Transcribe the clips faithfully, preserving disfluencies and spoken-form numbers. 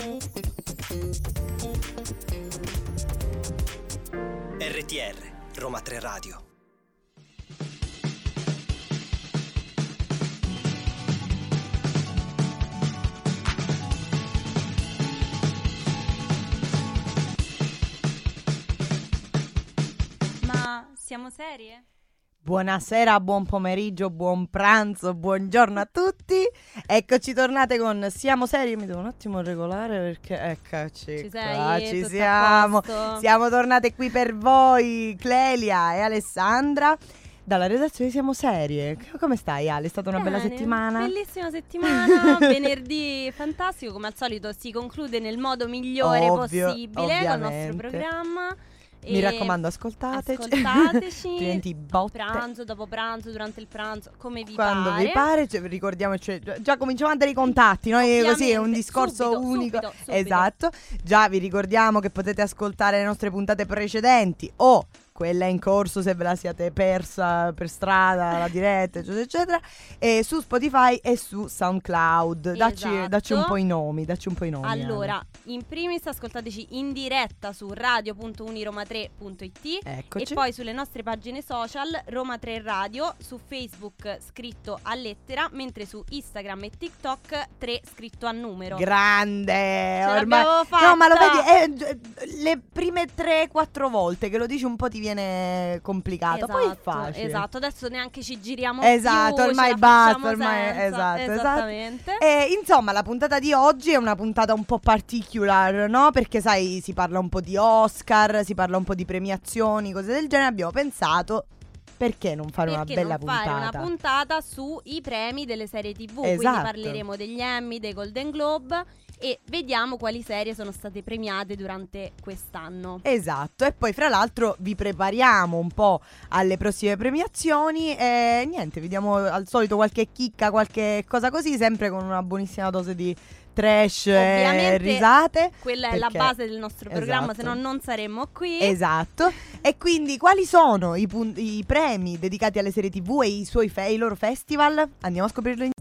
R T R Roma tre Radio. Ma siamo serie? Buonasera, buon pomeriggio, buon pranzo, buongiorno a tutti. Eccoci tornate con Siamo Serie. Mi devo un attimo regolare perché eccoci Ci qua, sei? ci Tutto a siamo. posto? Siamo tornate qui per voi, Clelia e Alessandra, dalla redazione Siamo Serie. Come stai, Ale? È stata una bella Bene, settimana? Bellissima settimana. Venerdì fantastico, come al solito si conclude nel modo migliore Ovvio, possibile con il nostro ovviamente. programma. Mi E raccomando, ascoltateci. Ascoltateci. Altrimenti botte. Pranzo, dopo pranzo, durante il pranzo, come vi Quando pare. vi pare, cioè, ricordiamo, cioè, già cominciamo a dare i contatti, noi così è Ovviamente, un discorso subito, unico. subito, subito. Esatto. Già vi ricordiamo che potete ascoltare le nostre puntate precedenti o quella in corso se ve la siete persa per strada, la diretta, eccetera, eccetera, e su Spotify e su SoundCloud. Dacci, Esatto. dacci un po' i nomi, dacci un po' i nomi. Allora, Ale. in primis ascoltateci in diretta su radio punto uniroma tre punto it Eccoci. e poi sulle nostre pagine social Roma tre Radio, su Facebook scritto a lettera, mentre su Instagram e TikTok tre scritto a numero. Grande. Ce Ormai. l'abbiamo fatta. No, ma lo vedi, eh, le prime tre quattro volte che lo dici un po' ti viene complicato, poi è facile. Esatto, adesso neanche ci giriamo Esatto, più, ormai ce la basta, facciamo ormai senza. esatto, esatto. Esattamente. E insomma, la puntata di oggi è una puntata un po' particular, no? Perché sai, si parla un po' di Oscar, si parla un po' di premiazioni, cose del genere. Abbiamo pensato, perché non fare Perché una bella non fare puntata? una puntata sui premi delle serie tivù. Esatto. Quindi parleremo degli Emmy, dei Golden Globe e vediamo quali serie sono state premiate durante quest'anno. Esatto, e poi fra l'altro vi prepariamo un po' alle prossime premiazioni e niente, vi diamo al solito qualche chicca, qualche cosa così, sempre con una buonissima dose di trash e Ovviamente risate. Quella è la perché- base del nostro programma, Esatto. se no non saremmo qui. Esatto. E quindi quali sono i, pun- i premi dedicati alle serie tivù e i suoi fe- i loro festival? Andiamo a scoprirlo in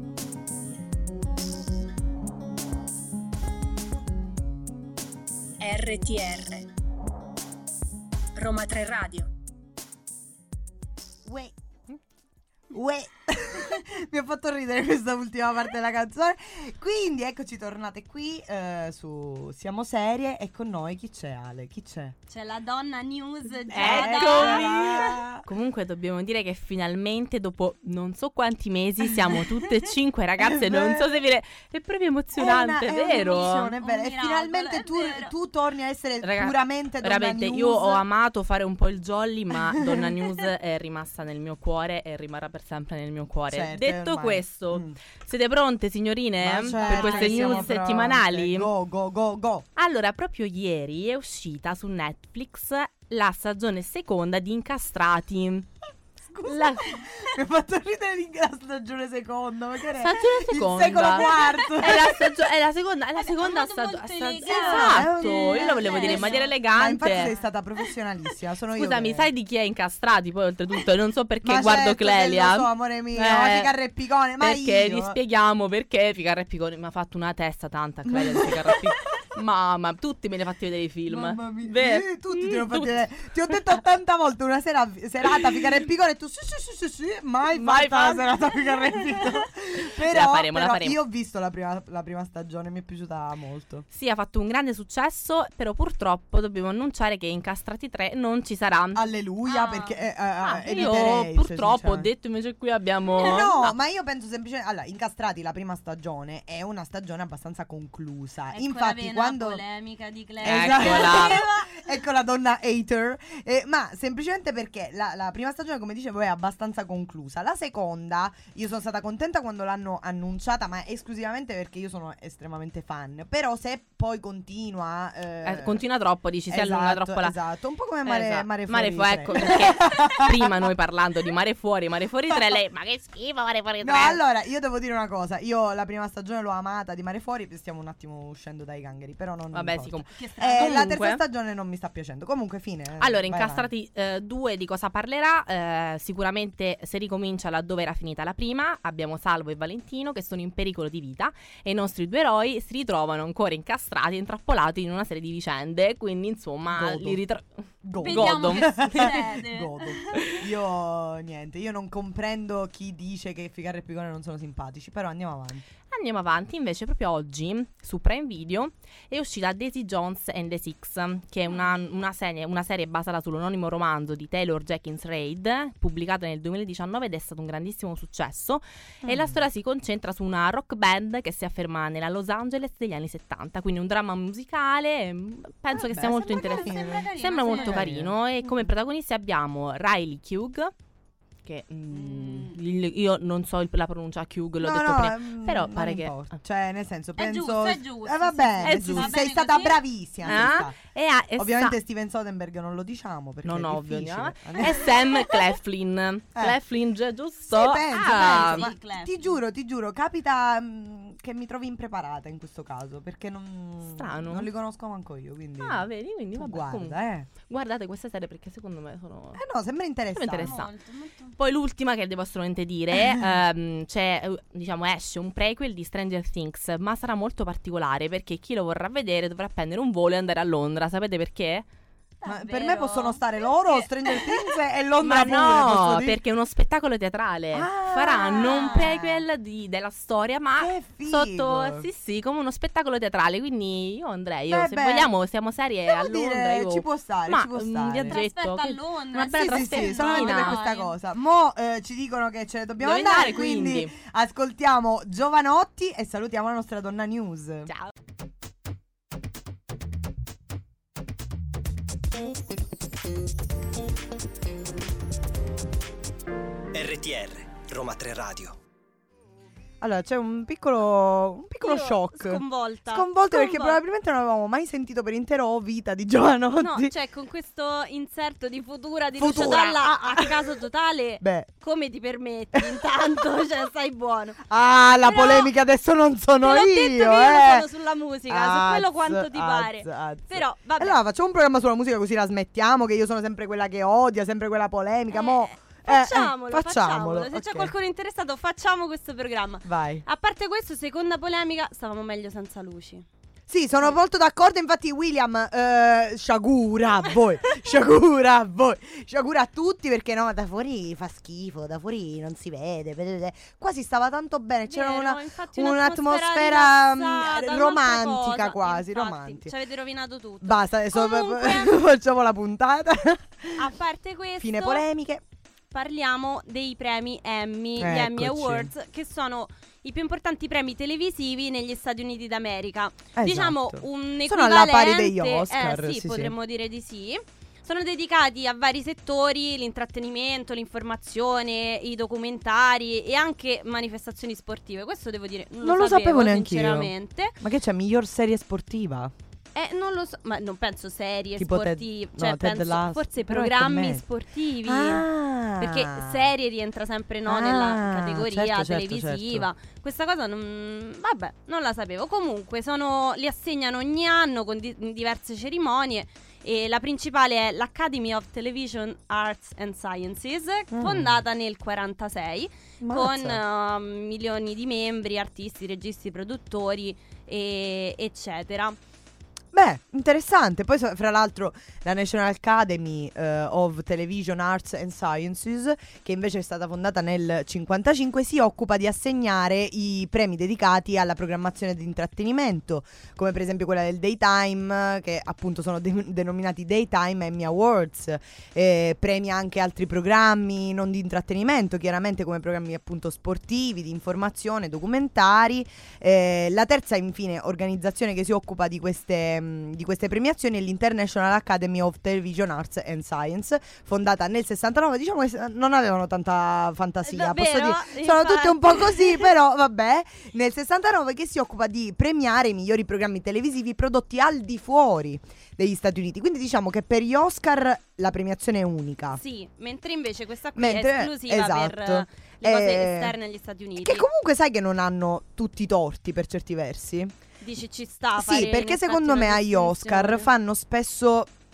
R T R Roma tre Radio. Uè. Uè. Mi ha fatto ridere questa ultima parte della canzone. Quindi eccoci tornate qui eh, su Siamo Serie. E con noi chi c'è, Ale? Chi c'è? C'è la donna news Eccomi. Comunque dobbiamo dire che finalmente dopo non so quanti mesi siamo tutte e cinque ragazze, non so se vi re- è proprio emozionante, È una- è vero? un'emozione, è Un vero. E miracolo, finalmente è tu, vero. tu torni a essere Raga, puramente Donna Veramente, News. io ho amato fare un po' il jolly, ma Donna News è rimasta nel mio cuore e rimarrà per sempre nel mio cuore. Certo, Detto ormai. questo, Mm. siete pronte signorine Ma per certo queste che siamo news pronte. settimanali? Go, go, go, go. Allora, proprio ieri è uscita su Netflix la stagione seconda di Incastrati. Scusa, La- mi ha fatto ridere di- la stagione seconda. Ma che era? Stagione seconda. Il secolo quarto. È la, stagio- è la seconda, è la Vabbè, seconda un modo stagione. molto sta- elegante. Esatto, Eh, io lo volevo dire in maniera Ma infatti sei elegante. stata professionalissima. Sono io Scusami, che- sai di chi è Incastrati? Poi oltretutto, e non so perché Ma guardo certo che Clelia. lo so, amore mio. Eh, Ficarra e Picone. Ma perché io vi spieghiamo perché Ficarra e Picone mi ha fatto una testa tanta Clelia di Ficarra e Picone. Mamma, tutti me li ha fatti vedere i film. Mamma mia. Vero? Eh, tutti ti, ho Mm, fatti tutti. vedere. Ti ho detto ottanta volte una sera, serata Ficarra e Picone e tu sì sì sì sì, sì mai, Mai fatta fatto. la serata Ficarra e Picone. Però, La faremo, la però faremo. io ho visto la prima, la prima stagione, mi è piaciuta molto. Sì, ha fatto un grande successo, però purtroppo dobbiamo annunciare che Incastrati tre non ci sarà. Alleluia, Ah. perché eh, eh, Ah, eviterei, io cioè, purtroppo ho sinceramente. detto invece qui abbiamo... Eh, no, No. ma io penso semplicemente. Allora, Incastrati, la prima stagione è una stagione abbastanza conclusa. Ecco Infatti, la vena quando. polemica di Clelia. Esatto. Eccola. Ecco la donna hater. Eh, ma semplicemente perché la, la prima stagione, come dicevo, è abbastanza conclusa. La seconda, io sono stata contenta quando l'hanno annunciata, ma esclusivamente perché io sono estremamente fan. Però se poi continua. Eh, Eh, continua troppo, dici, si esatto, allunga troppo la... Esatto, un po' come Mare, Esatto. mare Mare Fuori. Fu- ecco, tre. perché prima noi parlando di Mare Fuori, Mare Fuori tre, lei, ma che schifo Mare Fuori tre. No, allora, io devo dire una cosa. Io la prima stagione l'ho amata di Mare Fuori. Stiamo un attimo uscendo dai gangheri. Però non Vabbè, importa. sì, com- Che strano. Eh, la Comunque- terza stagione non mi sta piacendo. Comunque, fine. eh, Allora, vai Incastrati due di cosa parlerà? Eh, sicuramente si ricomincia laddove era finita la prima. Abbiamo Salvo e Valentina Valentino che sono in pericolo di vita e i nostri due eroi si ritrovano ancora incastrati, intrappolati in una serie di vicende, quindi insomma Godo. li ritro- Godo. Vediamo Godo. che succede. Godo. Io niente, io non comprendo chi dice che Ficarra e Picone non sono simpatici, però andiamo avanti. Andiamo avanti, invece proprio oggi su Prime Video è uscita Daisy Jones and the Six, che è una, una, serie, una serie basata sull'anonimo romanzo di Taylor Jenkins Reid, pubblicata nel duemiladiciannove ed è stato un grandissimo successo. Mm. E la storia si concentra su una rock band che si afferma nella Los Angeles degli anni settanta, quindi un dramma musicale, penso Vabbè, che sia molto sembra interessante. carino. Sembra carino, Sembra sì. molto carino e come protagonisti abbiamo Riley Keough, che mm, Mm. il- io non so il- la pronuncia Keough, l'ho No, detto no, prima, ehm, però non pare che importa. Cioè, nel senso, È penso giusto, è giusto, Eh, va sì, bene, sì, sì. giusto. Va Sei bene stata così? bravissima, Ah? ci sta. E ha- e Ovviamente sta- Steven Soderbergh non lo diciamo perché non è ovvio, difficile. no? È Sam Claflin. Claflin, gi- giusto? Sì, penso, Ah, penso, ma Sì, Clef. ti giuro, ti giuro, capita mh, che mi trovi impreparata in questo caso, perché non, Strano. non li conosco manco io, quindi ah, vedi, quindi tu vabbè, guarda, comunque. eh. Guardate questa serie perché secondo me sono... Eh no, sembra interessante. Sembra interessante. Molto, molto. Poi l'ultima che devo assolutamente dire, ehm, c'è, eh, diciamo, esce un prequel di Stranger Things, ma sarà molto particolare perché chi lo vorrà vedere dovrà prendere un volo e andare a Londra. Sapete perché? Ma per Davvero? me possono stare loro, Stranger Things e Londra Ma pure, no, posso dire? perché è uno spettacolo teatrale. Ah. Faranno un prequel di- della storia, ma Che figo. sotto, sì sì, come uno spettacolo teatrale. Quindi io andrei, io, Beh, se beh. vogliamo siamo serie Devo a Londra. dire, io- ci può stare, ma ci può un stare. viaggetto, Trasferta a che- Londra, una bella Sì, sì, sì, trasfertina. solamente per Dai. questa cosa. Mo' eh, ci dicono che ce ne dobbiamo Dove andare, andare, quindi, quindi? ascoltiamo Giovanotti e salutiamo la nostra donna news. Ciao. R T R, Roma tre Radio. Allora, c'è un piccolo un piccolo Io shock. Sconvolta. Sconvolto perché Sconvolta. probabilmente non avevamo mai sentito per intero Vita di Giovanotti. No, cioè con questo inserto di Futura di Futura. Lucio Dalla a caso totale, Beh, come ti permetti? Intanto, cioè, stai buono. ah, la Però polemica adesso non sono Te l'ho io, detto che io eh. non sono sulla musica, su quello Az, quanto ti az, pare. az. Però, vabbè. Allora facciamo un programma sulla musica così la smettiamo, che io sono sempre quella che odia, sempre quella polemica. Eh, Mo eh, Facciamolo, eh, facciamolo. Se c'è ok. qualcuno interessato, facciamo questo programma. Vai. A parte questo, seconda polemica, stavamo meglio senza luci. Sì, sono molto d'accordo. Infatti, William, eh, sciagura a voi, sciagura a voi, sciagura a tutti. Perché no, da fuori fa schifo, da fuori non si vede. Vedete, qua si stava tanto bene. C'era Vero, una, infatti un'atmosfera, rilassata, mm, un'altra romantica cosa. quasi, Infatti, romantica. Ci avete rovinato tutto. Basta, adesso Comunque- facciamo la puntata. A parte questo, Fine polemiche. parliamo dei premi Emmy, gli Emmy Eccoci. Awards, che sono i più importanti premi televisivi negli Stati Uniti d'America. Esatto. Diciamo un Sono equivalente, alla pari degli Oscar, eh, sì, sì, sì. potremmo dire di sì. Sono dedicati a vari settori, l'intrattenimento, l'informazione, i documentari e anche manifestazioni sportive. Questo devo dire, non, Non lo sapevo neanch'io. sinceramente. Ma che c'è, miglior serie sportiva? Eh, non lo so, ma non penso serie Tipo Ted- sportive, no, cioè Ted penso Lasso, forse però è programmi commedia. sportivi. Ah. Perché serie rientra sempre no, Ah, nella categoria certo, certo, televisiva. Questa cosa non. Vabbè, non la sapevo. Comunque sono, li assegnano ogni anno con di- diverse cerimonie. E la principale è l'Academy of Television Arts and Sciences, Mm. fondata nel quarantasei, Mazza. con eh, milioni di membri, artisti, registi, produttori, e- eccetera. Beh, interessante. Poi, so- fra l'altro, la National Academy eh, of Television Arts and Sciences, che invece è stata fondata nel cinquantacinque, si occupa di assegnare i premi dedicati alla programmazione di intrattenimento, come per esempio quella del Daytime, che appunto sono de- denominati Daytime Emmy Awards. Eh, premia anche altri programmi non di intrattenimento, chiaramente, come programmi appunto sportivi, di informazione, documentari. Eh, la terza, infine, organizzazione che si occupa di queste di queste premiazioni è l'International Academy of Television Arts and Science, fondata nel sessantanove. Diciamo che s- non avevano tanta fantasia, Davvero? posso dire, sono Infatti. tutte un po' così, però vabbè. Nel sessantanove, che si occupa di premiare i migliori programmi televisivi prodotti al di fuori degli Stati Uniti. Quindi diciamo che per gli Oscar la premiazione è unica. Sì, mentre invece questa qui Mentre- è esclusiva per esatto. eh, le cose Eh, esterne agli Stati Uniti. Che comunque sai che non hanno tutti i torti per certi versi. Dici ci sta a Sì, fare in perché effetti secondo una me agli Oscar distinzione. fanno spesso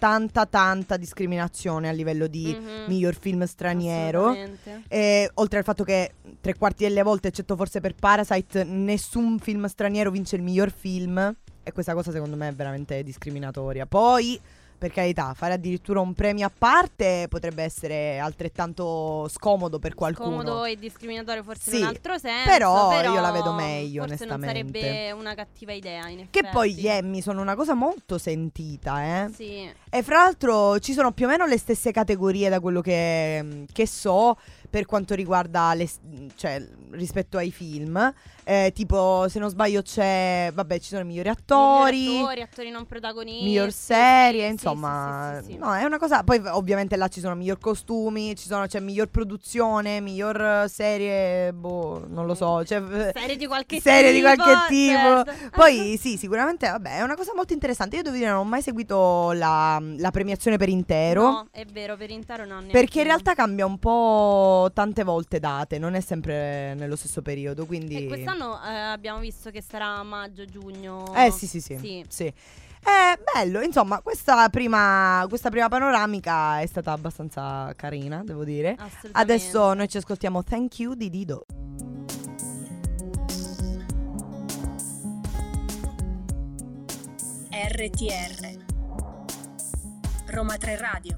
tanta tanta discriminazione a livello di Mhm. miglior film straniero. Assolutamente. E oltre al fatto che tre quarti delle volte, eccetto forse per Parasite, nessun film straniero vince il miglior film. E questa cosa secondo me è veramente discriminatoria. Poi, per carità, fare addirittura un premio a parte potrebbe essere altrettanto scomodo per qualcuno. Scomodo e discriminatorio forse Sì, in un altro senso. però io la vedo meglio, forse onestamente. non sarebbe una cattiva idea, in effetti. Che poi gli Emmy sono una cosa molto sentita, eh. Sì. E fra l'altro ci sono più o meno le stesse categorie da quello che, che so per quanto riguarda le, cioè rispetto ai film. Eh, tipo, se non sbaglio c'è, vabbè, ci sono i migliori attori, Migliori attori, attori non protagonisti. miglior serie, sì, insomma, sì, sì, sì, sì. no, è una cosa. Poi ovviamente là ci sono miglior costumi, ci sono, c'è miglior produzione, miglior serie, boh, non lo so, c'è Serie di qualche serie tipo, di qualche tipo. certo. Poi sì, sicuramente, vabbè, è una cosa molto interessante. Io devo dire, non ho mai seguito la, la premiazione per intero. No, è vero, per intero no. neanche Perché in io. realtà cambia un po' tante volte date, non è sempre nello stesso periodo, quindi E quest'anno eh, abbiamo visto che sarà a maggio-giugno. Eh sì, sì, sì. Sì. sì. È bello, insomma, questa prima, questa prima panoramica è stata abbastanza carina, devo dire. Assolutamente. Adesso noi ci ascoltiamo Thank You di Dido. R T R Roma tre Radio.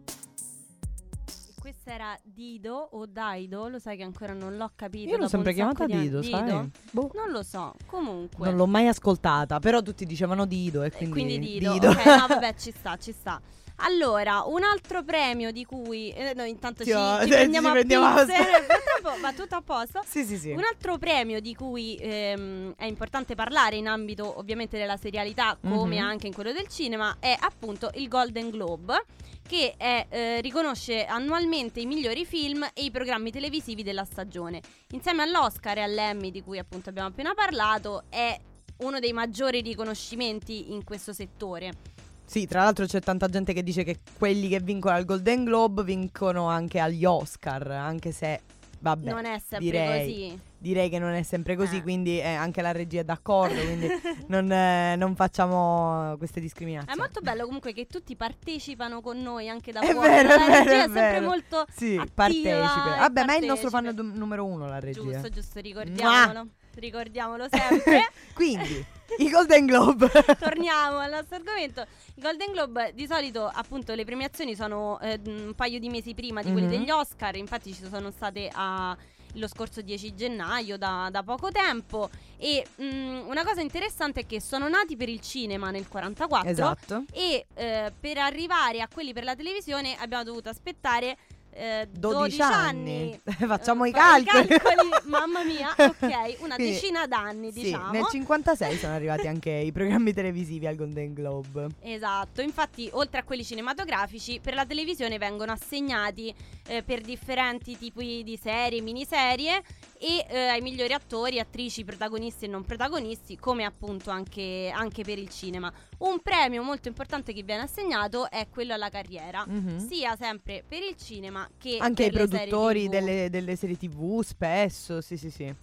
Questa era Dido o Daido, lo sai che ancora non l'ho capito. Io l'ho dopo sempre un sacco chiamata di anni. Dido, sai? Boh. Non lo so, comunque. Non l'ho mai ascoltata, però tutti dicevano Dido e Eh, quindi, quindi Dido. Dido. Ok, no, vabbè, ci sta, ci sta. Allora, un altro premio di cui eh, noi intanto ci, Sì, ci ci prendiamo a prendiamo a- pinze, nel frattempo va tutto a posto. Sì, sì, sì. Un altro premio di cui ehm, è importante parlare in ambito ovviamente della serialità, come Mhm. anche in quello del cinema, è appunto il Golden Globe, che è, eh, riconosce annualmente i migliori film e i programmi televisivi della stagione. Insieme all'Oscar e all'Emmy, di cui appunto abbiamo appena parlato, è uno dei maggiori riconoscimenti in questo settore. Sì, tra l'altro c'è tanta gente che dice che quelli che vincono al Golden Globe vincono anche agli Oscar, anche se, vabbè, non è sempre direi, così. direi che non è sempre così, Eh. quindi eh, anche la regia è d'accordo, quindi non, eh, non facciamo queste È discriminazioni. molto bello comunque che tutti partecipano con noi anche da È fuori. vero, è La vero, regia è è sempre vero. molto Sì, attiva partecipe. e Vabbè, ma è il nostro fan partecipe. du- numero uno la regia. Giusto, giusto, ricordiamolo. Ricordiamolo sempre. Quindi, i Golden Globe. Torniamo al nostro argomento. I Golden Globe di solito appunto le premiazioni sono eh, un paio di mesi prima di quelle Mhm. degli Oscar. Infatti ci sono state a lo scorso dieci gennaio da, da poco tempo. E mh, una cosa interessante è che sono nati per il cinema nel quarantaquattro. Esatto. E eh, per arrivare a quelli per la televisione abbiamo dovuto aspettare eh, dodici anni. Facciamo Eh, i fa- calcoli. mamma mia, ok, una Quindi, decina d'anni, Sì, diciamo. nel cinquantasei sono arrivati anche i programmi televisivi al Golden Globe. Esatto, infatti oltre a quelli cinematografici per la televisione vengono assegnati eh, per differenti tipi di serie, miniserie e eh, ai migliori attori, attrici, protagonisti e non protagonisti, come appunto anche, anche per il cinema. Un premio molto importante che viene assegnato è quello alla carriera, Mhm. sia sempre per il cinema che Anche ai per le serie produttori tivù. delle, delle serie tivù, spesso, sì, sì, sì.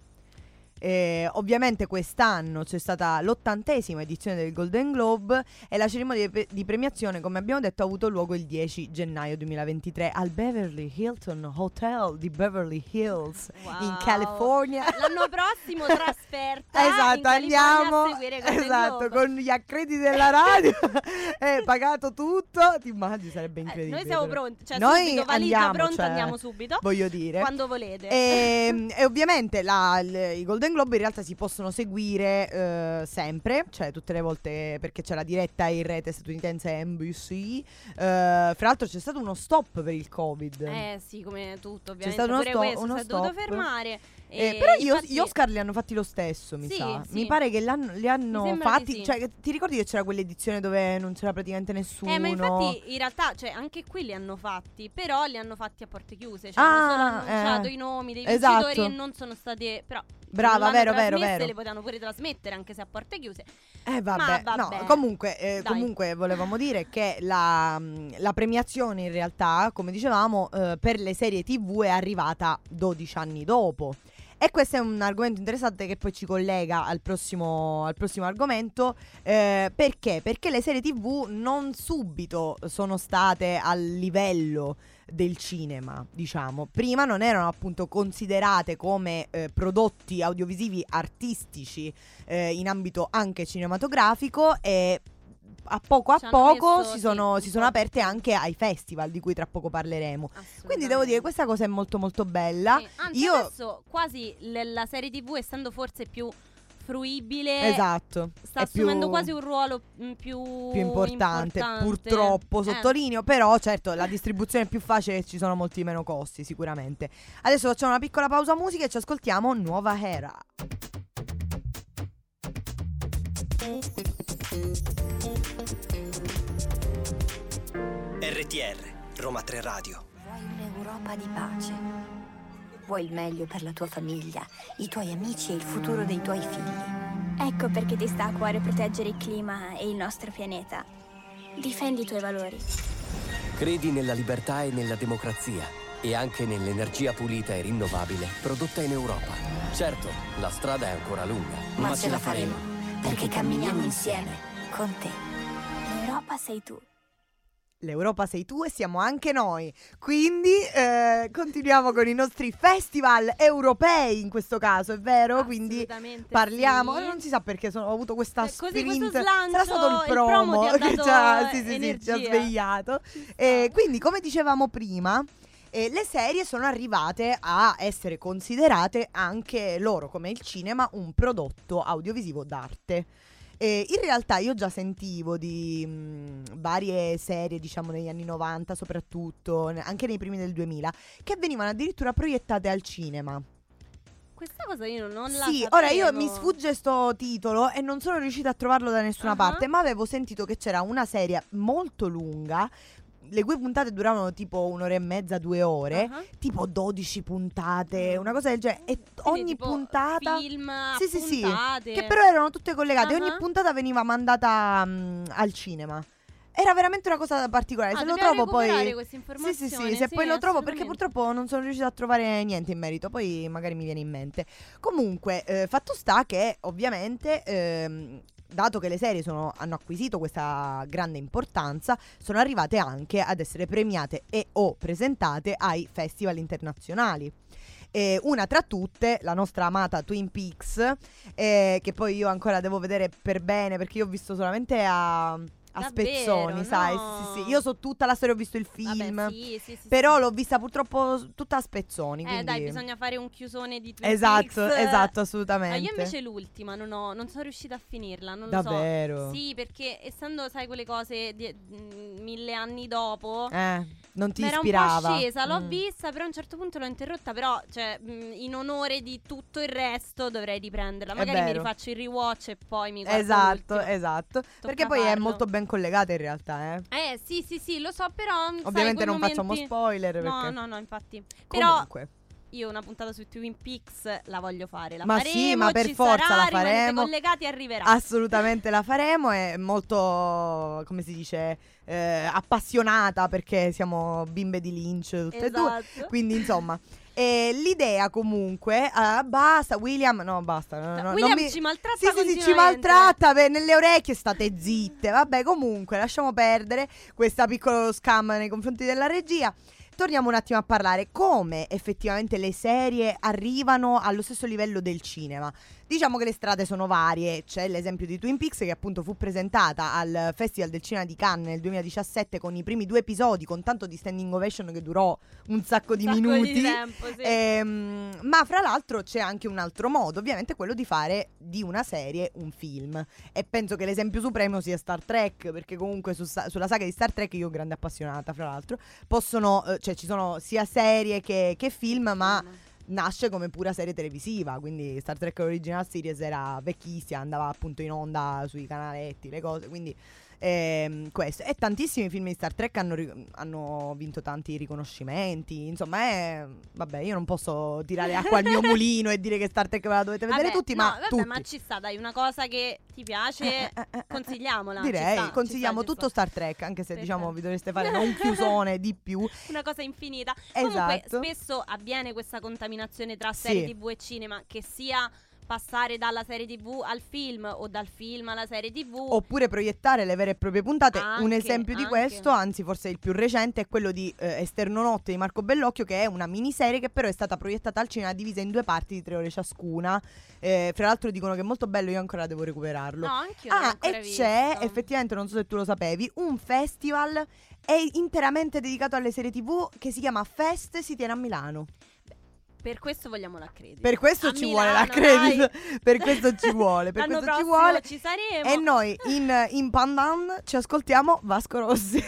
E ovviamente quest'anno c'è stata l'ottantesima edizione del Golden Globe e la cerimonia di, pe- di premiazione, come abbiamo detto, ha avuto luogo il dieci gennaio duemilaventitré al Beverly Hilton Hotel di Beverly Hills in Wow. California. L'anno prossimo trasferta in Esatto, California andiamo a seguire Golden esatto, Globe. con gli accrediti della radio e pagato tutto. Ti immagini, sarebbe Eh, incredibile. noi siamo però. pronti, cioè Noi subito, valigia andiamo, pronta, cioè, andiamo subito. Voglio dire. Quando volete. E, e ovviamente la- il- i Golden Globe in realtà si possono seguire eh, sempre, cioè tutte le volte, perché c'è la diretta in rete statunitense N B C. Eh, fra l'altro c'è stato uno stop per il Covid. Eh sì, come tutto, C'è ovviamente. stato uno Pure sto- questo uno si è dovuto stop. fermare. Eh, e però gli, infatti- gli Oscar li hanno fatti lo stesso, mi Sì, sa. sì. Mi pare che l'hanno- li hanno Mi sembra di fatti. sì. Cioè, ti ricordi che c'era quell'edizione dove non c'era praticamente nessuno? Eh, ma infatti in realtà, cioè, anche qui li hanno fatti, però li hanno fatti a porte chiuse. Cioè, Ah, hanno solo annunciato eh. i nomi dei Esatto. vincitori e non sono state. Però Brava, se non l'hanno vero, vero, trasmesse, vero. le potevano pure trasmettere anche se a porte chiuse. Eh vabbè, Ma no, vabbè. comunque, eh, Dai. comunque volevamo dire che la, mh, la premiazione in realtà, come dicevamo, eh, per le serie tivù è arrivata dodici anni dopo. E questo è un argomento interessante che poi ci collega al prossimo, al prossimo argomento. Eh, perché? Perché le serie tivù non subito sono state al livello del cinema, diciamo. Prima non erano appunto considerate come eh, prodotti audiovisivi artistici eh, in ambito anche cinematografico, e a poco a Ci hanno poco messo, si sì, sono, un si sono po' aperte anche ai festival di cui tra poco parleremo. Quindi devo dire, Assolutamente. questa cosa è molto molto bella. Sì, anzi, Io adesso quasi l- la serie tivù, essendo forse più fruibile, esatto, sta è assumendo più, quasi un ruolo mm, più, più importante, importante. purtroppo, Eh. sottolineo. Però certo, la distribuzione è più facile e ci sono molti meno costi sicuramente. Adesso facciamo una piccola pausa musica e ci ascoltiamo Nuova Era. R T R, Roma tre Radio. Vuoi un'Europa di pace? Vuoi il meglio per la tua famiglia, i tuoi amici e il futuro dei tuoi figli? Ecco perché ti sta a cuore proteggere il clima e il nostro pianeta. Difendi i tuoi valori. Credi nella libertà e nella democrazia e anche nell'energia pulita e rinnovabile prodotta in Europa. Certo, la strada è ancora lunga, Ma, ce la faremo, perché camminiamo insieme, con te. L'Europa sei tu. L'Europa sei tu e siamo anche noi. Quindi eh, continuiamo con i nostri festival europei in questo caso, è vero? Quindi Assolutamente parliamo, sì. non si sa perché sono, ho avuto questa Eh, così sprint. questo slancio, Sarà stato il il promo promo ti ha che dato ci ha, sì, sì, sì, ci ha energia. svegliato. Ci sta. E quindi, come dicevamo prima, eh, le serie sono arrivate a essere considerate anche loro, come il cinema, un prodotto audiovisivo d'arte. E in realtà io già sentivo di mh, varie serie, diciamo negli anni novanta soprattutto, ne- anche nei primi del duemila, che venivano addirittura proiettate al cinema. Questa cosa io non la Sì, sapevo. ora io mi sfugge sto titolo e non sono riuscita a trovarlo da nessuna Ah. parte, ma avevo sentito che c'era una serie molto lunga, le cui puntate duravano tipo un'ora e mezza, due ore, Ah. tipo dodici puntate, una cosa del genere, e Quindi ogni tipo puntata... film, Sì, sì, sì, puntate. che però erano tutte collegate. Ah. Ogni puntata veniva mandata mm, al cinema. Era veramente una cosa particolare. Ah, Se lo dobbiamo trovo poi. recuperare queste Sì, informazioni. sì, sì. Se sì, poi lo trovo, perché assolutamente. purtroppo non sono riuscita a trovare niente in merito. Poi magari mi viene in mente. Comunque, eh, fatto sta che ovviamente. Ehm, dato che le serie sono, hanno acquisito questa grande importanza, sono arrivate anche ad essere premiate e o presentate ai festival internazionali. E una tra tutte, la nostra amata Twin Peaks, eh, che poi io ancora devo vedere per bene, perché io ho visto solamente a, a Davvero? spezzoni, sai? No. Sì, sì. Io so tutta la storia, ho visto il film. Vabbè, sì, sì, sì, Però sì. l'ho vista purtroppo s- tutta a spezzoni. Eh quindi... dai, bisogna fare un chiusone di Twin Esatto, Peaks. esatto, Ah, assolutamente. io invece l'ultima non, ho, non sono riuscita a finirla, non Davvero? lo so. Sì, perché essendo, sai, quelle cose di, mm, mille anni dopo, Eh, non ti mi era un ispirava. po' scesa, l'ho Mm. vista, però a un certo punto l'ho interrotta, però, cioè, mh, in onore di tutto il resto dovrei riprenderla. È Magari mi vero. rifaccio il rewatch e poi mi guardo Esatto, l'ultimo. esatto. Perché poi è farlo. molto ben collegata in realtà, eh. Eh, sì, sì, sì, lo so, però sai, Ovviamente quei non facciamo momenti- spoiler No, perché... no, no, infatti. Però Comunque. io una puntata su Twin Peaks la voglio fare, la Ma faremo, sì, ma per ci forza sarà, la rimanete faremo. collegati, arriverà. Assolutamente la faremo, è molto, come si dice, eh, appassionata perché siamo bimbe di Lynch tutte e due. Esatto. Quindi insomma, eh, l'idea comunque, ah, basta William, no basta. no, no, William non mi- ci maltratta Sì, sì, sì, ci continuamente. maltratta beh, nelle orecchie, state zitte. Vabbè, comunque, lasciamo perdere questo piccolo scam nei confronti della regia. Torniamo un attimo a parlare come effettivamente le serie arrivano allo stesso livello del cinema. Diciamo che le strade sono varie, c'è l'esempio di Twin Peaks che appunto fu presentata al Festival del Cinema di Cannes nel duemiladiciassette con i primi due episodi, con tanto di standing ovation che durò un sacco di Un sacco minuti. di tempo, sì. Ehm, ma fra l'altro c'è anche un altro modo, ovviamente quello di fare di una serie un film. E penso che l'esempio supremo sia Star Trek, perché comunque su sa- sulla saga di Star Trek io grande appassionata, fra l'altro, possono, eh, cioè ci sono sia serie che, che film, ma nasce come pura serie televisiva, quindi Star Trek Original Series era vecchissima, andava appunto in onda sui canaletti, le cose, quindi ehm, questo. E tantissimi film di Star Trek hanno, ri- hanno vinto tanti riconoscimenti. Insomma, è, vabbè, io non posso tirare acqua al mio mulino e dire che Star Trek ve la dovete vedere Vabbè, tutti, no, ma vabbè, tutti. ma ci sta, dai, una cosa che ti piace, Eh, eh, eh, eh, consigliamola. Direi, ci sta, consigliamo ci sta, ci tutto sta. Star Trek, anche se Perfetto. diciamo vi dovreste fare non un chiusone di più. Una cosa infinita. Esatto. Comunque spesso avviene questa contaminazione tra Sì. serie tivù e cinema, che sia passare dalla serie tivù al film o dal film alla serie tivù. Oppure proiettare le vere e proprie puntate. Anche, Un esempio di anche. questo, anzi forse il più recente, è quello di eh, Esterno Notte di Marco Bellocchio, che è una miniserie che però è stata proiettata al cinema divisa in due parti di tre ore ciascuna. Eh, fra l'altro dicono che è molto bello, io ancora devo recuperarlo. No, anche io non l'ho Ah, ancora e visto. c'è, effettivamente, non so se tu lo sapevi, un festival è interamente dedicato alle serie tivù che si chiama Fest, si tiene a Milano. Per questo vogliamo l'accredito. Per questo A ci Milano, vuole l'accredito. dai. Per questo ci vuole. Per L'anno questo ci prossimo vuole. ci saremo. E noi in, in Pandan ci ascoltiamo Vasco Rossi.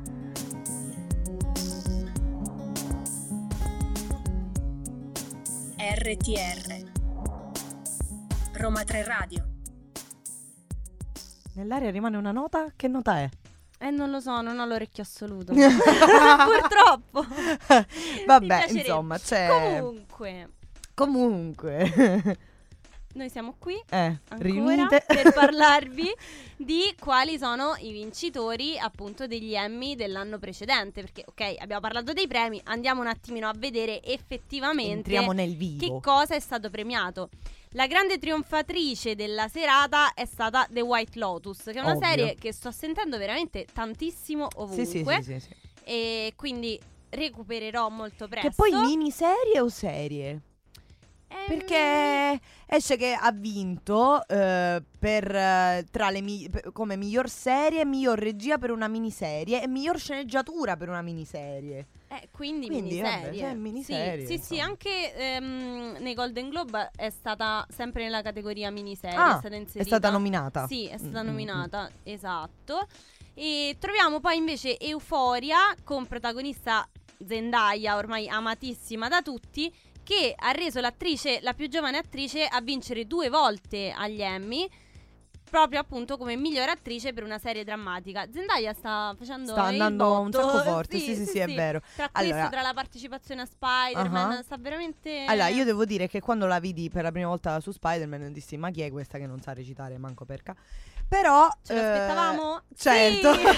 R T R Roma tre Radio. Nell'aria rimane una nota. Che nota è? Eh, non lo so, non ho l'orecchio assoluto. Purtroppo. Mi Vabbè, piacerebbe. insomma, c'è. Comunque, Comunque. noi siamo qui eh, ancora riunite. per parlarvi di quali sono i vincitori appunto degli Emmy dell'anno precedente, perché ok, abbiamo parlato dei premi, andiamo un attimino a vedere effettivamente Entriamo nel che vivo. cosa è stato premiato. La grande trionfatrice della serata è stata The White Lotus, che è una Ovvio. serie che sto sentendo veramente tantissimo ovunque, Sì, sì, sì, sì, sì. e quindi recupererò molto presto. Che poi miniserie o serie? Ehm, Perché esce che ha vinto eh, per, eh, tra le mi- per- come miglior serie, miglior regia per una miniserie e miglior sceneggiatura per una miniserie. Eh, quindi, Quindi, miniserie. vabbè, cioè, miniserie, Sì, sì, sì, insomma. anche ehm, nei Golden Globe è stata sempre nella categoria miniserie. Ah, è stata inserita. è stata nominata. Sì, è stata Mm, mm, nominata, esatto. E troviamo poi invece Euphoria con protagonista Zendaya, ormai amatissima da tutti, che ha reso l'attrice, la più giovane attrice, a vincere due volte agli Emmy, proprio appunto come miglior attrice per una serie drammatica. Zendaya sta facendo Sta il andando un botto. sacco forte, sì, sì, sì, è vero. Tra Allora- questo, tra la partecipazione a Spider-Man, Ah. sta veramente... Allora, io devo dire che quando la vidi per la prima volta su Spider-Man dissi: ma chi è questa che non sa recitare manco perca? Però Ce lo eh, aspettavamo? Certo. Sì.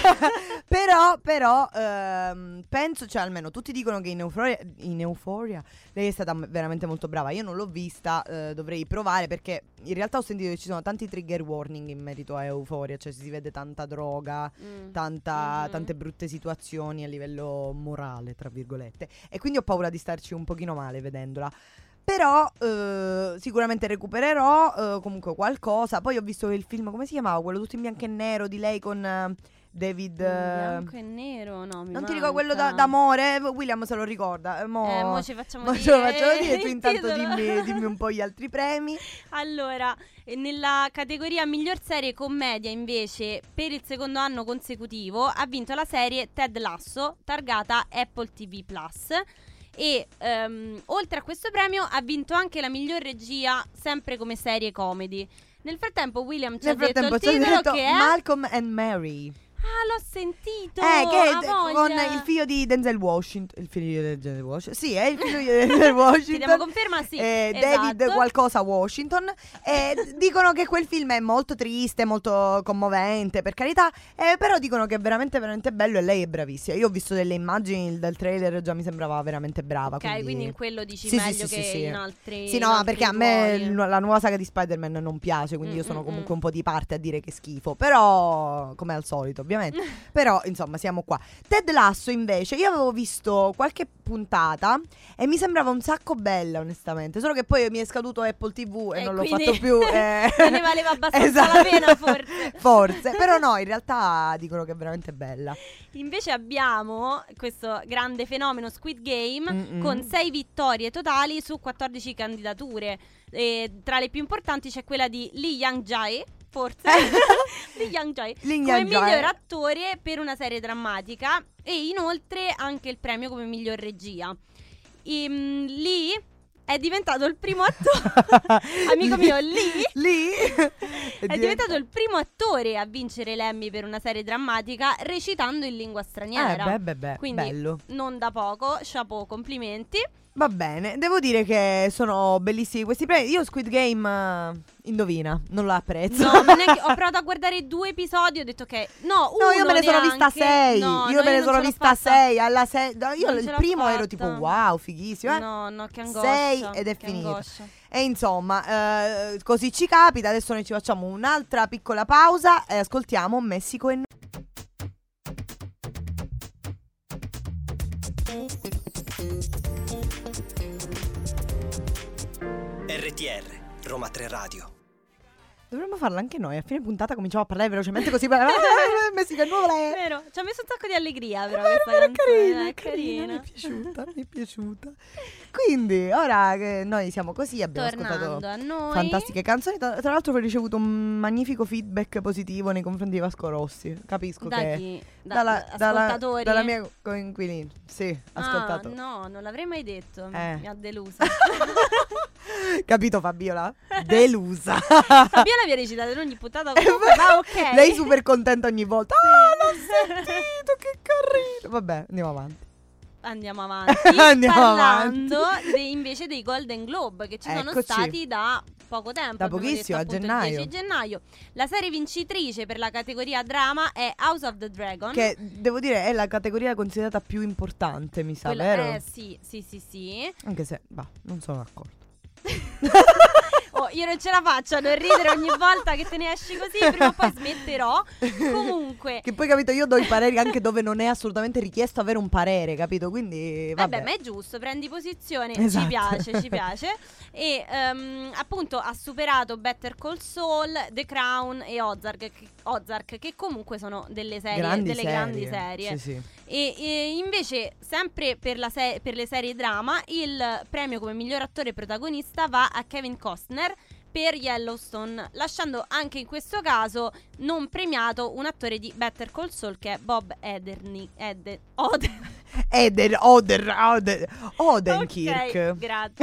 Però però ehm, penso, cioè almeno tutti dicono che in Euphoria, in Euphoria lei è stata m- veramente molto brava. Io non l'ho vista, eh, dovrei provare, perché in realtà ho sentito che ci sono tanti trigger warning in merito a Euphoria, cioè si vede tanta droga, Mm. tanta, Mhm. tante brutte situazioni a livello morale, tra virgolette, e quindi ho paura di starci un pochino male vedendola. Però eh, sicuramente recupererò eh, comunque qualcosa. Poi ho visto il film, come si chiamava? Quello tutto in bianco e nero di lei con eh, David... In eh, bianco e nero, no, mi non ti ricordo quello da- manca. d'amore? William se lo ricorda. Eh, mo, Eh, mo ci facciamo mo dire ce lo facciamo dire. Tu il intanto titolo. dimmi, dimmi un po' gli altri premi. Allora, eh, nella categoria miglior serie commedia invece, per il secondo anno consecutivo ha vinto la serie Ted Lasso, targata Apple T V Plus. E ehm, oltre a questo premio ha vinto anche la miglior regia, sempre come serie comedy. Nel frattempo William ci Nel ha detto il frattempo ci ha titolo detto che è... Malcolm and Mary. Ah, l'ho sentito! Eh, che è ha d- voglia. con il figlio di Denzel Washington. Il figlio di Denzel Washington. Sì, è il figlio di Denzel Washington. Ti diamo conferma? Sì, Eh, esatto. David qualcosa Washington. E d- dicono che quel film è molto triste, molto commovente, per carità. Eh, però dicono che è veramente, veramente bello e lei è bravissima. Io ho visto delle immagini del trailer, già mi sembrava veramente brava. Ok, quindi, quindi in quello dici Sì, sì, meglio sì, che sì, sì. in altri. Sì, in no, altri perché a me ruoli. l- la nuova saga di Spider-Man non piace, quindi io Mm, sono mm, comunque mm. un po' di parte a dire che schifo. Però, come al solito, ovviamente. Però, insomma, siamo qua. Ted Lasso, invece, io avevo visto qualche puntata e mi sembrava un sacco bella, onestamente. Solo che poi mi è scaduto Apple T V e E non l'ho quindi fatto più. eh. non ne valeva abbastanza Esatto. la pena, forse. Forse. Però no, in realtà dicono che è veramente bella. Invece abbiamo questo grande fenomeno Squid Game Mm-mm. con sei vittorie totali su quattordici candidature. E tra le più importanti c'è quella di Lee Young-jae, forse Lee Young-jae Lee come Young-jae. miglior attore per una serie drammatica e inoltre anche il premio come miglior regia. Ehm, Lee è diventato il primo attore. Amico mio, lì. Lì È diventato il primo attore a vincere l'Emmy per una serie drammatica recitando in lingua straniera. Eh, beh, beh, beh, Quindi bello. non da poco, chapeau, complimenti. Va bene, devo dire che sono bellissimi questi premi. Io Squid Game, uh, indovina, non lo apprezzo. No, ma neanche, ho provato a guardare due episodi, ho detto che no, uno No, io me ne sono vista neanche. sei. No, io no, me ne non sono ce l'ho vista fatta. sei. Alla se- no, io Non il ce l'ho primo fatta. ero tipo wow, fighissimo. Eh? No, no, che angoscia. Sei ed è che finita. angoscia. E insomma, eh, così ci capita. Adesso noi ci facciamo un'altra piccola pausa e ascoltiamo Messico e noi. R T R, Roma tre Radio. Dovremmo farla anche noi. A fine puntata cominciamo a parlare velocemente così. Messico è nuovo. È vero, ci ha messo un sacco di allegria però È vero, questa vero, canzone, carina, è carina, carina. mi è piaciuta, mi è piaciuta. Quindi, ora che noi siamo così, abbiamo Tornando ascoltato a noi, fantastiche canzoni. Tra, tra l'altro ho ricevuto un magnifico feedback positivo nei confronti di Vasco Rossi. Capisco da che chi? Da, dalla, dalla, ascoltatori? dalla mia coinquilina. Sì, ascoltato. Ah, no, non l'avrei mai detto. Eh. Mi ha delusa. Capito Fabiola? Delusa. Fabiola vi ha recitato in ogni puntata comunque, ma ok. Lei super contenta ogni volta. Ah, l'ho sentito, che carino. Vabbè, andiamo avanti. Andiamo avanti. Andiamo parlando de- invece dei Golden Globe che ci sono Eccoci. stati da poco tempo. Da abbiamo pochissimo, detto, a appunto, gennaio. il dieci gennaio. La serie vincitrice per la categoria drama è House of the Dragon. Che devo dire è la categoria considerata più importante, mi sa, Quella- vero? Eh sì, sì, sì, sì. Anche se, bah, non sono d'accordo. Oh, io non ce la faccio a non ridere ogni volta che te ne esci così, prima o poi smetterò. Comunque, Che poi, capito, io do i pareri anche dove non è assolutamente richiesto avere un parere, capito? Quindi, vabbè. vabbè, ma è giusto, prendi posizione, Esatto. ci piace, ci piace. E ehm, appunto ha superato Better Call Saul, The Crown e Ozark, che, Ozark, che comunque sono delle serie, grandi delle serie. grandi serie. Sì, sì. E, e invece, sempre per, la se- per le serie drama, il premio come miglior attore protagonista va a Kevin Costner per Yellowstone, lasciando anche in questo caso non premiato un attore di Better Call Saul che è Bob Ederni- Eder- Oden- Eder, Oder, Oder, Odenkirk. Ok, grazie.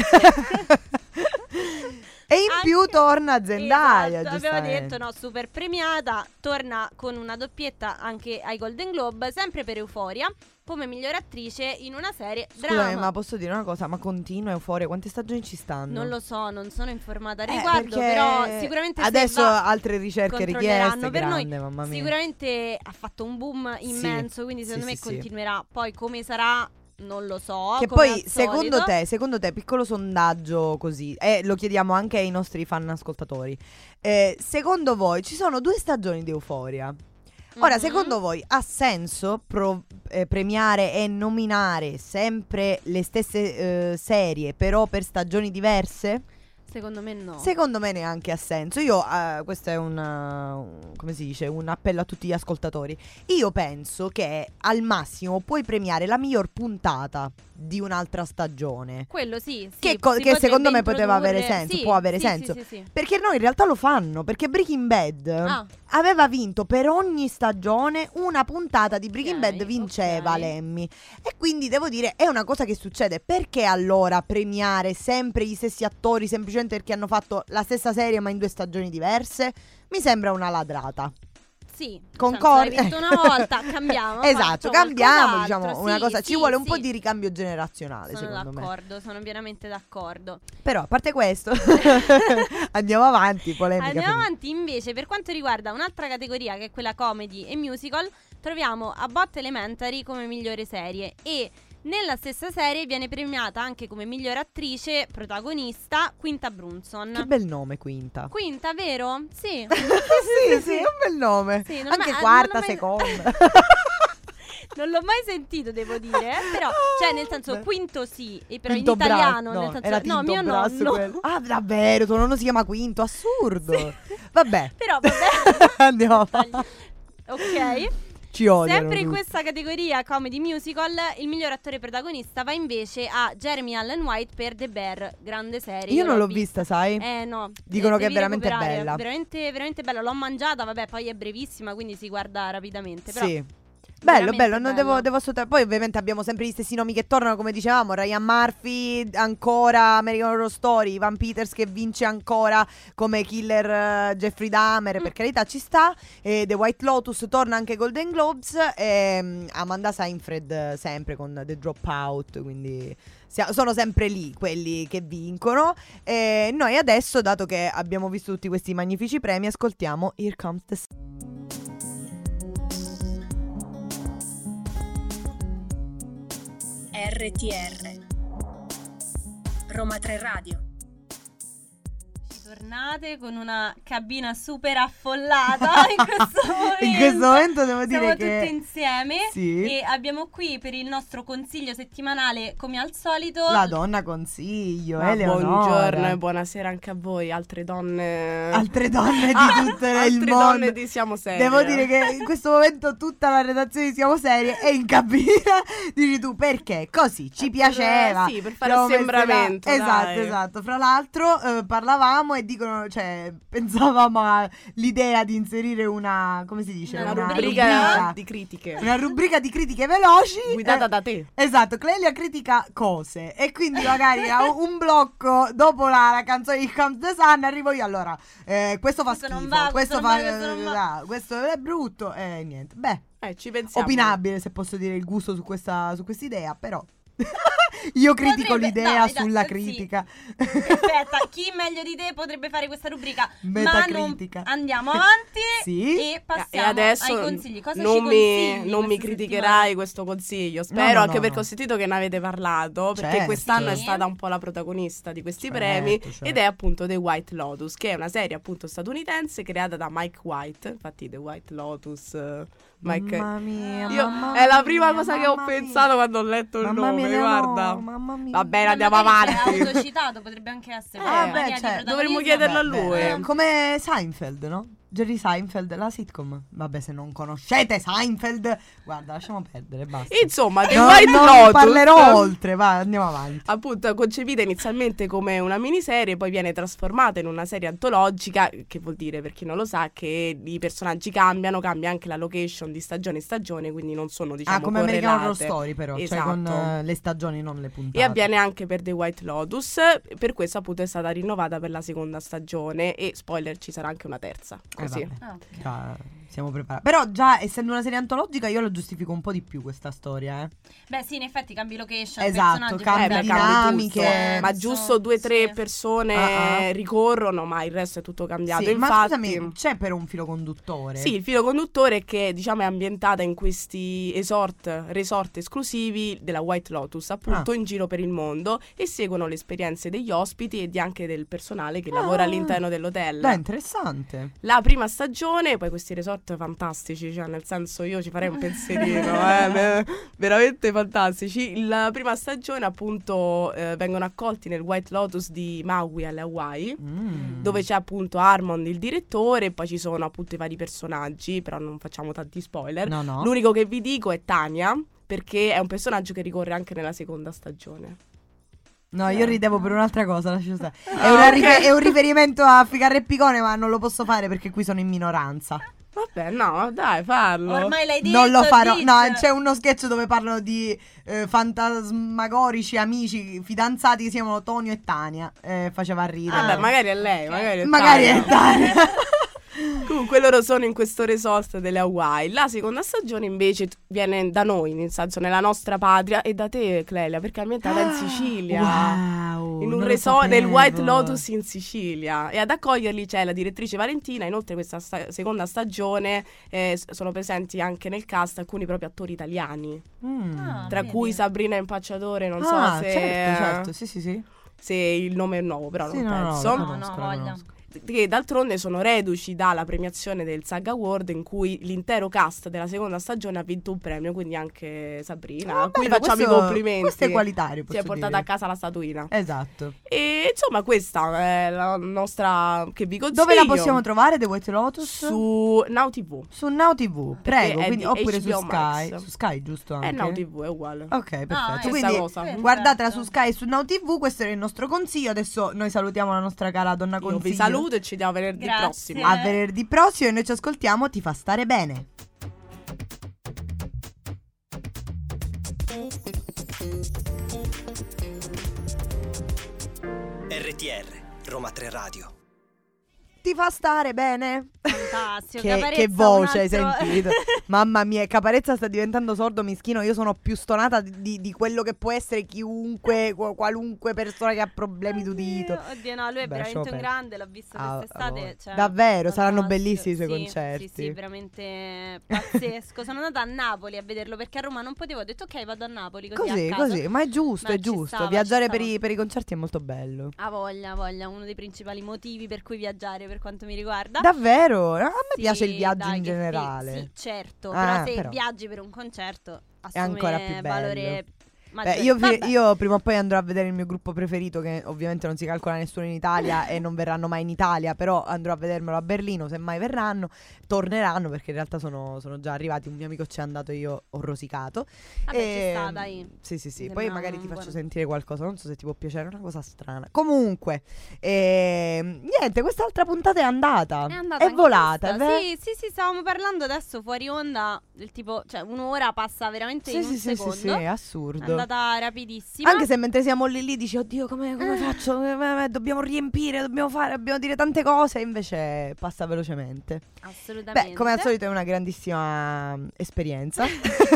E in Anche- più torna Zendaya, Esatto, abbiamo giustamente. detto no, super premiata. Torna con una doppietta anche ai Golden Globe, sempre per Euphoria, come miglior attrice in una serie Scusami, drama. ma posso dire una cosa? Ma continua Euforia? Quante stagioni ci stanno? Non lo so, non sono informata al Eh, riguardo, perché però sicuramente se adesso va, altre ricerche controlleranno richieste, per noi. grande, mamma mia. Sicuramente ha fatto un boom immenso, quindi sì, secondo sì, me sì. continuerà. Poi come sarà non lo so. Che come poi al secondo solito. te, secondo te, piccolo sondaggio così, e lo chiediamo anche ai nostri fan ascoltatori. Eh, secondo voi ci sono due stagioni di Euforia? Ora, Mhm. secondo voi ha senso pro- eh, premiare e nominare sempre le stesse eh, serie, però per stagioni diverse? Secondo me no. Secondo me neanche ha senso. Io, eh, questo è un, uh, un- come si dice, un appello a tutti gli ascoltatori. Io penso che al massimo puoi premiare la miglior puntata di un'altra stagione. Quello sì, sì, Che, co- si che secondo me potrebbe poteva avere introdurre- senso, sì, può avere sì, senso. sì, sì, sì. Perché no, in realtà lo fanno. Perché Breaking Bad Ah. aveva vinto per ogni stagione una puntata di Breaking Ok, Bad vinceva ok. l'Emmy. E quindi devo dire, è una cosa che succede. Perché allora premiare sempre gli stessi attori semplicemente perché hanno fatto la stessa serie ma in due stagioni diverse? Mi sembra una ladrata. Sì, Concordi? Hai vinto una volta, cambiamo. Esatto, facciamo cambiamo, qualcos'altro. diciamo, Sì, una cosa. Ci sì, vuole un sì. po' di ricambio generazionale, Sono secondo me. d'accordo, sono pienamente d'accordo. Però, a parte questo, andiamo avanti, polemica. Andiamo finita. avanti invece per quanto riguarda un'altra categoria che è quella comedy e musical. Troviamo Abbott Elementary come migliore serie e nella stessa serie viene premiata anche come miglior attrice protagonista Quinta Brunson. Che bel nome, Quinta. Quinta, vero? Sì. sì, sì, è un bel nome. Sì, non Anche ma- quarta, non ho mai- seconda. Non l'ho mai sentito, devo dire, eh, però, cioè, nel senso, Beh. quinto sì, e però Quinto in italiano, Bra- nel no, senso, era no, Tinto mio Brass nonno. quello. Ah, davvero, tuo nonno si chiama Quinto, assurdo. Vabbè, Però, vabbè. andiamo. Ok. Ci odiano Sempre in tutti. questa categoria comedy musical, il miglior attore protagonista va invece a Jeremy Allen White per The Bear, grande serie. Io non l'ho vista, sai? Eh no. Dicono Eh, che è devi veramente recuperare, bella. Veramente, veramente bella. L'ho mangiata, vabbè, poi è brevissima, quindi si guarda rapidamente. Però Sì. Bello, veramente bello, non devo, devo assolutamente. Poi ovviamente abbiamo sempre gli stessi nomi che tornano, come dicevamo, Ryan Murphy, ancora American Horror Story, Ivan Peters che vince ancora come killer uh, Jeffrey Dahmer, mm. per carità ci sta, e The White Lotus torna anche Golden Globes, e um, Amanda Seyfried uh, sempre con The Dropout, quindi sia- sono sempre lì quelli che vincono. E noi adesso, dato che abbiamo visto tutti questi magnifici premi, ascoltiamo Here Comes the Sun. R T R Roma tre Radio. Tornate con una cabina super affollata in questo momento. In questo momento devo dire Siamo che tutti insieme sì. e abbiamo qui per il nostro consiglio settimanale, come al solito, la donna consiglio, Ma Eleonora. buongiorno e buonasera anche a voi, altre donne. Altre donne di tutto ah, il altre mondo. donne di Siamo Serie. Devo dire che in questo momento tutta la redazione di Siamo Serie è in cabina. Dici tu perché? Così ci piaceva. Eh, sì, per fare L'abbiamo assembramento, messa là. dai. Esatto, esatto. Fra l'altro eh, parlavamo e dicono, cioè, pensavamo all'idea di inserire una, come si dice? Una, Una rubrica, rubrica di critiche. Una rubrica di critiche veloci Guidata eh, da te. Esatto, Clelia critica cose. E quindi magari a un blocco dopo la, la canzone di Comes the Sun arrivo io. Allora, eh, questo fa Questo schifo, non va, questo, questo non fa, va, questo non va. eh, questo è brutto. E eh, niente. Beh, Eh, ci pensiamo. opinabile se posso dire il gusto su questa su quest'idea, però io critico Potrebbe- l'idea dai, dai, sulla sì. critica. Aspetta, chi meglio di te potrebbe fare questa rubrica? Ma non Metacritica. andiamo avanti Sì. e E passiamo adesso ai consigli. Cosa non ci mi, consigli non mi questa criticherai settimana? questo consiglio. Spero, No, no, anche no, perché no. ho sentito che ne avete parlato. Perché Certo. quest'anno è Sì. stata un po' la protagonista di questi Certo, premi. certo. Ed è appunto The White Lotus, che è una serie appunto statunitense creata da Mike White. Infatti The White Lotus eh, Mike Mamma mia, Io- mamma è la mia, prima cosa che ho mamma mia. pensato quando ho letto il Mamma nome. mia, Guarda, no, mamma mia. va bene, Ma andiamo magari si avanti. è autocitato, potrebbe anche essere Eh, una beh, mania di cioè, dovremmo protagonismo. chiederlo a Beh, lui. beh, come Seinfeld, no? Jerry Seinfeld, la sitcom. Vabbè, se non conoscete Seinfeld, guarda, lasciamo perdere, basta. Insomma, The No, White non Lotus parlerò oltre, va, andiamo avanti. appunto concepita inizialmente come una miniserie, poi viene trasformata in una serie antologica, che vuol dire, per chi non lo sa, che i personaggi cambiano, cambia anche la location di stagione in stagione, quindi non sono, diciamo, Ah, come American Horror correlate. Story però, Esatto. cioè con eh, le stagioni, non le puntate. E avviene anche per The White Lotus, per questo appunto è stata rinnovata per la seconda stagione e spoiler, ci sarà anche una terza, Eh, così. vabbè. Ah, ok. Già, siamo preparati. Però già essendo una serie antologica io la giustifico un po' di più questa storia, eh. Beh, sì, in effetti cambi location, Esatto, personaggi, cambi Eh, beh, personaggi, cambi tutto. dinamiche. Ma giusto due o tre sì. persone Ah, ah. ricorrono, ma il resto è tutto cambiato. Sì, ma Infatti, scusami, c'è però un filo conduttore? sì, il filo conduttore è che, diciamo, è ambientata in questi esort, resort esclusivi della White Lotus, appunto, Ah. in giro per il mondo, e seguono le esperienze degli ospiti e di anche del personale che lavora Ah. all'interno dell'hotel. Dai, interessante. La prima stagione, poi questi resort fantastici, cioè nel senso io ci farei un pensierino, eh, me- veramente fantastici. La prima stagione appunto eh, vengono accolti nel White Lotus di Maui alle Hawaii, Mm. dove c'è appunto Armond il direttore, e poi ci sono appunto i vari personaggi, però non facciamo tanti spoiler. No, no. L'unico che vi dico è Tania, perché è un personaggio che ricorre anche nella seconda stagione. No, io ridevo per un'altra cosa, lascio stare. È, Ah, una ok. rife- è un riferimento a Ficarra e Picone, ma non lo posso fare perché qui sono in minoranza. Vabbè, no, dai, fallo. Ormai l'hai detto, Non lo farò. dic. No, c'è uno sketch dove parlano di eh, fantasmagorici amici fidanzati che si chiamano Tonio e Tania. Eh, faceva ridere. Vabbè, magari è lei, magari è Magari Tania. è Tania. Comunque loro sono in questo resort delle Hawaii. La seconda stagione invece t- viene da noi, nel senso nella nostra patria, e da te, Clelia, perché è ambientata in Sicilia. Wow, In non un lo resort nel sapevo. White Lotus in Sicilia. E ad accoglierli c'è la direttrice Valentina. Inoltre questa sta- seconda stagione eh, s- sono presenti anche nel cast alcuni proprio attori italiani, Mm. Ah, tra vedi. cui Sabrina Impacciatore. Non Ah, so se, certo, certo, sì, sì, sì. se il nome è nuovo, però Sì, non no, no, penso. la No, conosco, no, la voglia. conosco. Che d'altronde sono reduci dalla premiazione del SAG Award, in cui l'intero cast della seconda stagione ha vinto un premio, quindi anche Sabrina, Ah, a cui bello, facciamo questo- i complimenti. Questo è qualitario, Si posso è portata dire. a casa la statuina. Esatto. E insomma questa è la nostra che vi consiglio. Dove la possiamo trovare, The White Lotus? Su Now T V. Su Now T V, prego, è quindi, di oppure su H B O Sky. Max. Su Sky, giusto anche? È Now T V, è uguale. Ok, perfetto. Ah, stessa Quindi cosa. perfetto. guardatela su Sky e su Now T V, questo era il nostro consiglio. Adesso noi salutiamo la nostra cara donna Io consiglio. vi saluto e ci vediamo venerdì Grazie. prossimo. A venerdì prossimo e noi ci ascoltiamo, ti fa stare bene. R T R, Roma tre Radio. Ti fa stare bene? Fantastico. Che, Caparezza, che voce hai un altro- sentito? Mamma mia, Caparezza sta diventando sordo mischino. Io sono più stonata di, di- di quello che può essere chiunque, qu- qualunque persona che ha problemi d'udito. Oddio, oddio, no, lui è Beh, veramente Chopin. un grande, l'ho visto Ah, quest'estate. ah, cioè, davvero, saranno fantastico. bellissimi i suoi Sì, concerti. Sì, sì, veramente pazzesco. Sono andata a Napoli a vederlo perché a Roma non potevo. Ho detto ok, vado a Napoli così, Così, a caso. così, ma è giusto, Ma è ci giusto. stava, Viaggiare ci per stava. i, per i concerti è molto bello. Ha voglia, ha voglia, uno dei principali motivi per cui viaggiare per quanto mi riguarda. Davvero? A me Sì, piace il viaggio dai, in che fi- generale. Sì, certo, Ah, però se però. viaggi per un concerto È ancora assume più bello. valore Beh, maggiore. io, fi- Vabbè. io prima o poi andrò a vedere il mio gruppo preferito, che ovviamente non si calcola nessuno in Italia e non verranno mai in Italia, però andrò a vedermelo a Berlino, se mai verranno, torneranno perché in realtà sono, sono già arrivati, un mio amico ci è andato, io ho rosicato. Vabbè, ci E- sta, dai. Sì, sì, sì, Mi poi sembra magari un ti faccio buon- sentire qualcosa, non so se ti può piacere, è una cosa strana. Comunque, ehm, niente, quest'altra puntata è andata, È andata è anche volata, questa. è ver- Sì, sì, sì, stavamo parlando adesso fuori onda del tipo, cioè un'ora passa veramente Sì, in sì, un sì, sì, secondo. sì, è È assurdo. andata rapidissima. Anche se mentre siamo lì lì dici oddio come, come faccio. Eh, eh, Dobbiamo riempire, dobbiamo fare, dobbiamo dire tante cose. Invece passa velocemente. Assolutamente. Beh, come al solito è una grandissima mm, esperienza.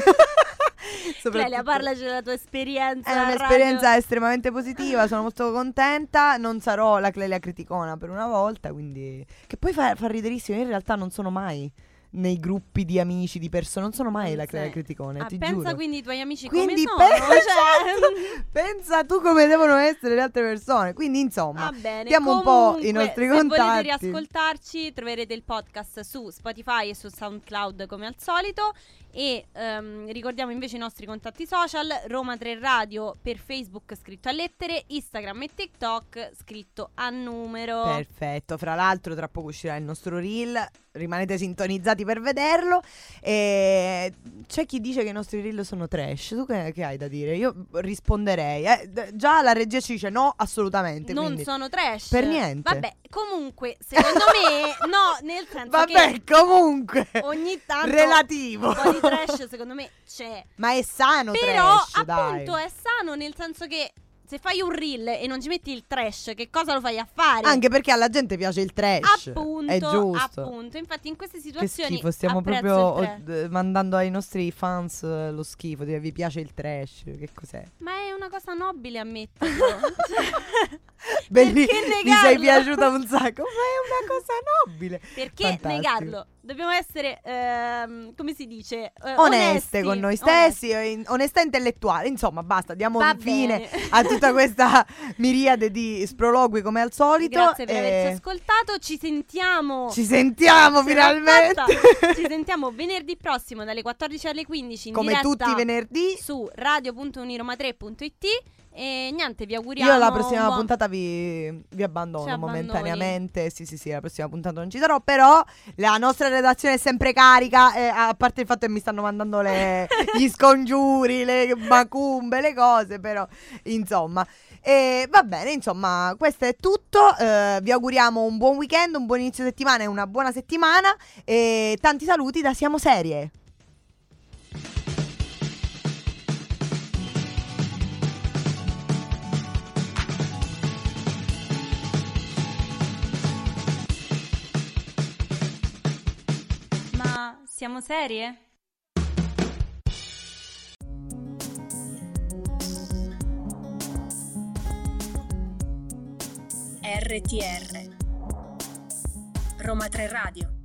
Clelia, Soprattutto- parlaci della tua esperienza. È a un'esperienza radio. estremamente positiva, sono molto contenta. Non sarò la Clelia criticona per una volta, quindi. Che poi fa, fa riderissimo. Io in realtà non sono mai nei gruppi di amici, di persone, non sono mai Non la Clelia sei. criticone. Ah, ti pensa giuro. quindi i tuoi amici Quindi come sono? pensa, Cioè, pensa tu come devono essere le altre persone. Quindi insomma, va bene. diamo un po' Comunque, i nostri se volete contatti. riascoltarci, troverete il podcast su Spotify e su SoundCloud come al solito. E ehm, ricordiamo invece i nostri contatti social: Roma tre Radio per Facebook scritto a lettere, Instagram e TikTok scritto a numero. Perfetto, fra l'altro tra poco uscirà il nostro reel, rimanete sintonizzati per vederlo. E c'è chi dice che i nostri reel sono trash. Tu che, che hai da dire? Io risponderei eh, d- già la regia ci dice no, assolutamente. Non quindi- sono trash. Per niente. Vabbè, comunque, secondo me, no, nel senso Vabbè, che comunque ogni tanto relativo. un po' di trash secondo me c'è. Ma è sano Però trash, dai. appunto è sano, nel senso che se fai un reel e non ci metti il trash, che cosa lo fai a fare? Anche perché alla gente piace il trash. Appunto, è giusto. appunto. Infatti in queste Che situazioni schifo, stiamo apprezzo proprio il trash. oh, d- mandando ai nostri fans eh, lo schifo. Dire, vi piace il trash? Che cos'è? Ma è una cosa nobile ammetterlo. Belli- Perché mi sei negarlo? piaciuta un sacco. Ma è una cosa nobile. Perché Fantastico. negarlo? Dobbiamo essere, ehm, come si dice, eh, Oneste onesti. con noi Onesti. stessi, e in- onestà intellettuale. Insomma, basta, diamo Va un fine bene. a tutta questa miriade di sprologui come al solito. Grazie per e averci ascoltato. Ci sentiamo. Ci sentiamo Ce l'ho finalmente. fatta. Ci sentiamo venerdì prossimo dalle quattordici alle quindici in Come diretta tutti i venerdì. su radio punto uniroma tre punto it. E niente, vi auguriamo Io la prossima un buon- puntata vi, vi abbandono Ci abbandoni. momentaneamente. Sì, sì, sì, la prossima puntata non ci sarò. Però la nostra redazione è sempre carica. eh, a parte il fatto che mi stanno mandando le- gli scongiuri, le macumbe, le cose. Però, insomma. E va bene, insomma, questo è tutto. eh, vi auguriamo un buon weekend, un buon inizio settimana e una buona settimana. E tanti saluti da Siamo Serie. Ma siamo serie? R T R Roma tre Radio.